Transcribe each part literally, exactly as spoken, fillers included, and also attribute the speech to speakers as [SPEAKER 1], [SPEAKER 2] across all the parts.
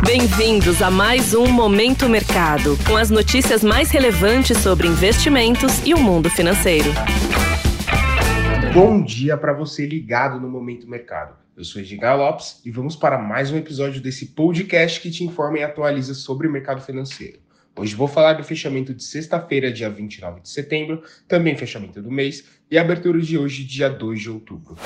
[SPEAKER 1] Bem-vindos a mais um Momento Mercado, com as notícias mais relevantes sobre investimentos e o mundo financeiro.
[SPEAKER 2] Bom dia para você ligado no Momento Mercado. Eu sou Edgar Lopes e vamos para mais um episódio desse podcast que te informa e atualiza sobre o mercado financeiro. Hoje vou falar do fechamento de sexta-feira, dia vinte e nove de setembro, também fechamento do mês, e a abertura de hoje, dia dois de outubro.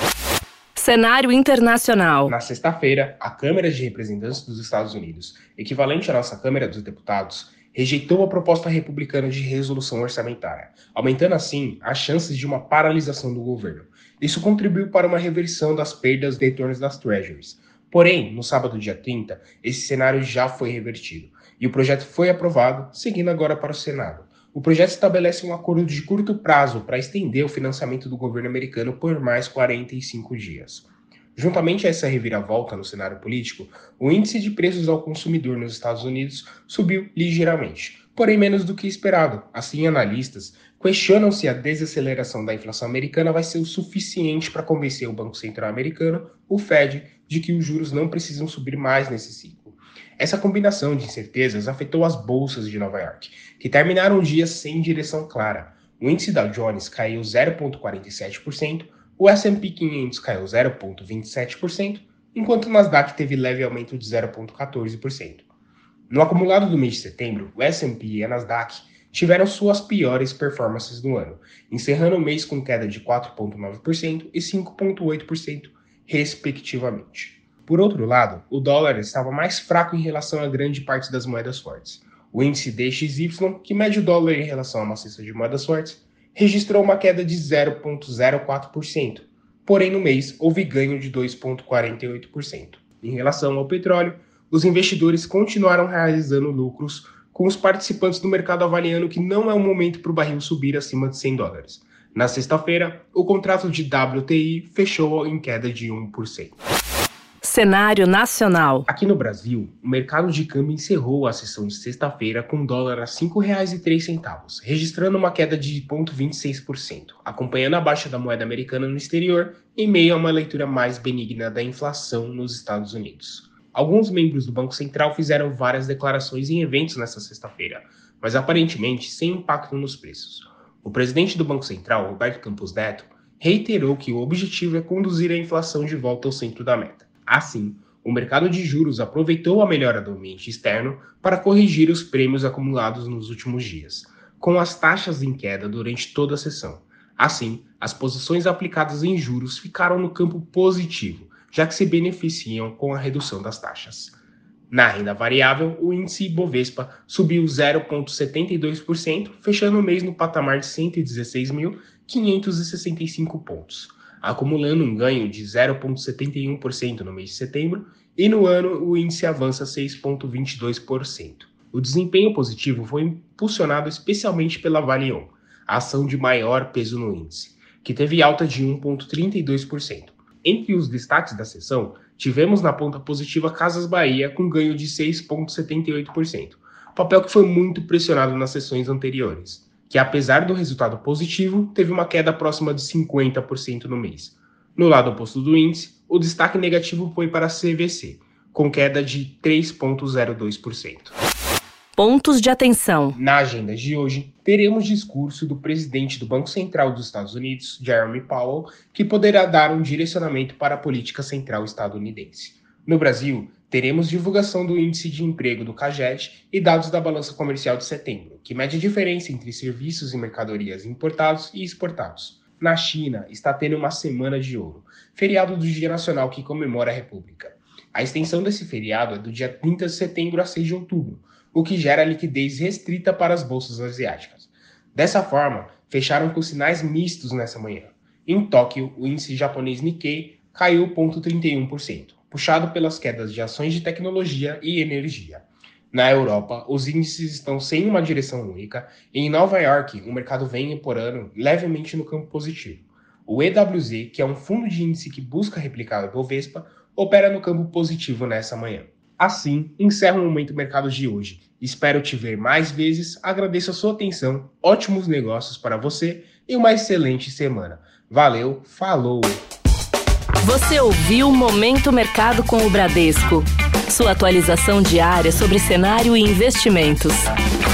[SPEAKER 1] Cenário internacional.
[SPEAKER 2] Na sexta-feira, a Câmara de Representantes dos Estados Unidos, equivalente à nossa Câmara dos Deputados, rejeitou a proposta republicana de resolução orçamentária, aumentando assim as chances de uma paralisação do governo. Isso contribuiu para uma reversão das perdas de retornos das Treasuries. Porém, no sábado, dia trinta, esse cenário já foi revertido e o projeto foi aprovado, seguindo agora para o Senado. O projeto estabelece um acordo de curto prazo para estender o financiamento do governo americano por mais quarenta e cinco dias. Juntamente a essa reviravolta no cenário político, o índice de preços ao consumidor nos Estados Unidos subiu ligeiramente, porém menos do que esperado. Assim, analistas questionam se a desaceleração da inflação americana vai ser o suficiente para convencer o Banco Central americano, o Fed, de que os juros não precisam subir mais nesse ciclo. Essa combinação de incertezas afetou as bolsas de Nova York, que terminaram o dia sem direção clara. O índice Dow Jones caiu zero vírgula quarenta e sete por cento, o S and P quinhentos caiu zero vírgula vinte e sete por cento, enquanto o Nasdaq teve leve aumento de zero vírgula quatorze por cento. No acumulado do mês de setembro, o S and P e a Nasdaq tiveram suas piores performances do ano, encerrando o mês com queda de quatro vírgula nove por cento e cinco vírgula oito por cento, respectivamente. Por outro lado, o dólar estava mais fraco em relação a grande parte das moedas fortes. O índice D X Y, que mede o dólar em relação a uma cesta de moedas fortes, registrou uma queda de zero vírgula zero quatro por cento, porém no mês houve ganho de dois vírgula quarenta e oito por cento. Em relação ao petróleo, os investidores continuaram realizando lucros, com os participantes do mercado avaliando que não é o momento para o barril subir acima de cem dólares. Na sexta-feira, o contrato de W T I fechou em queda de um por cento.
[SPEAKER 1] Cenário nacional.
[SPEAKER 2] Aqui no Brasil, o mercado de câmbio encerrou a sessão de sexta-feira com o dólar a cinco reais e três centavos, registrando uma queda de zero vírgula vinte e seis por cento, acompanhando a baixa da moeda americana no exterior em meio a uma leitura mais benigna da inflação nos Estados Unidos. Alguns membros do Banco Central fizeram várias declarações em eventos nesta sexta-feira, mas aparentemente sem impacto nos preços. O presidente do Banco Central, Roberto Campos Neto, reiterou que o objetivo é conduzir a inflação de volta ao centro da meta. Assim, o mercado de juros aproveitou a melhora do ambiente externo para corrigir os prêmios acumulados nos últimos dias, com as taxas em queda durante toda a sessão. Assim, as posições aplicadas em juros ficaram no campo positivo, já que se beneficiam com a redução das taxas. Na renda variável, o índice Ibovespa subiu zero vírgula setenta e dois por cento, fechando o mês no patamar de cento e dezesseis mil quinhentos e sessenta e cinco pontos, acumulando um ganho de zero vírgula setenta e um por cento no mês de setembro, e no ano o índice avança seis vírgula vinte e dois por cento. O desempenho positivo foi impulsionado especialmente pela Valeon, a ação de maior peso no índice, que teve alta de um vírgula trinta e dois por cento. Entre os destaques da sessão, tivemos na ponta positiva Casas Bahia com ganho de seis vírgula setenta e oito por cento, papel que foi muito pressionado nas sessões anteriores, que apesar do resultado positivo, teve uma queda próxima de cinquenta por cento no mês. No lado oposto do índice, o destaque negativo foi para a C V C, com queda de três vírgula zero dois por cento.
[SPEAKER 1] Pontos de atenção.
[SPEAKER 2] Na agenda de hoje, teremos discurso do presidente do Banco Central dos Estados Unidos, Jerome Powell, que poderá dar um direcionamento para a política central estadunidense. No Brasil, teremos divulgação do índice de emprego do CAGED e dados da balança comercial de setembro, que mede a diferença entre serviços e mercadorias importados e exportados. Na China, está tendo uma semana de ouro, feriado do Dia Nacional que comemora a República. A extensão desse feriado é do dia trinta de setembro a seis de outubro, o que gera liquidez restrita para as bolsas asiáticas. Dessa forma, fecharam com sinais mistos nessa manhã. Em Tóquio, o índice japonês Nikkei caiu zero vírgula trinta e um por cento, puxado pelas quedas de ações de tecnologia e energia. Na Europa, os índices estão sem uma direção única e em Nova York, o mercado vem emporando levemente no campo positivo. O E W Z, que é um fundo de índice que busca replicar o Ibovespa, opera no campo positivo nessa manhã. Assim, encerro o Momento Mercado de hoje. Espero te ver mais vezes, agradeço a sua atenção, ótimos negócios para você e uma excelente semana. Valeu, falou!
[SPEAKER 1] Você ouviu Momento Mercado com o Bradesco. Sua atualização diária sobre cenário e investimentos.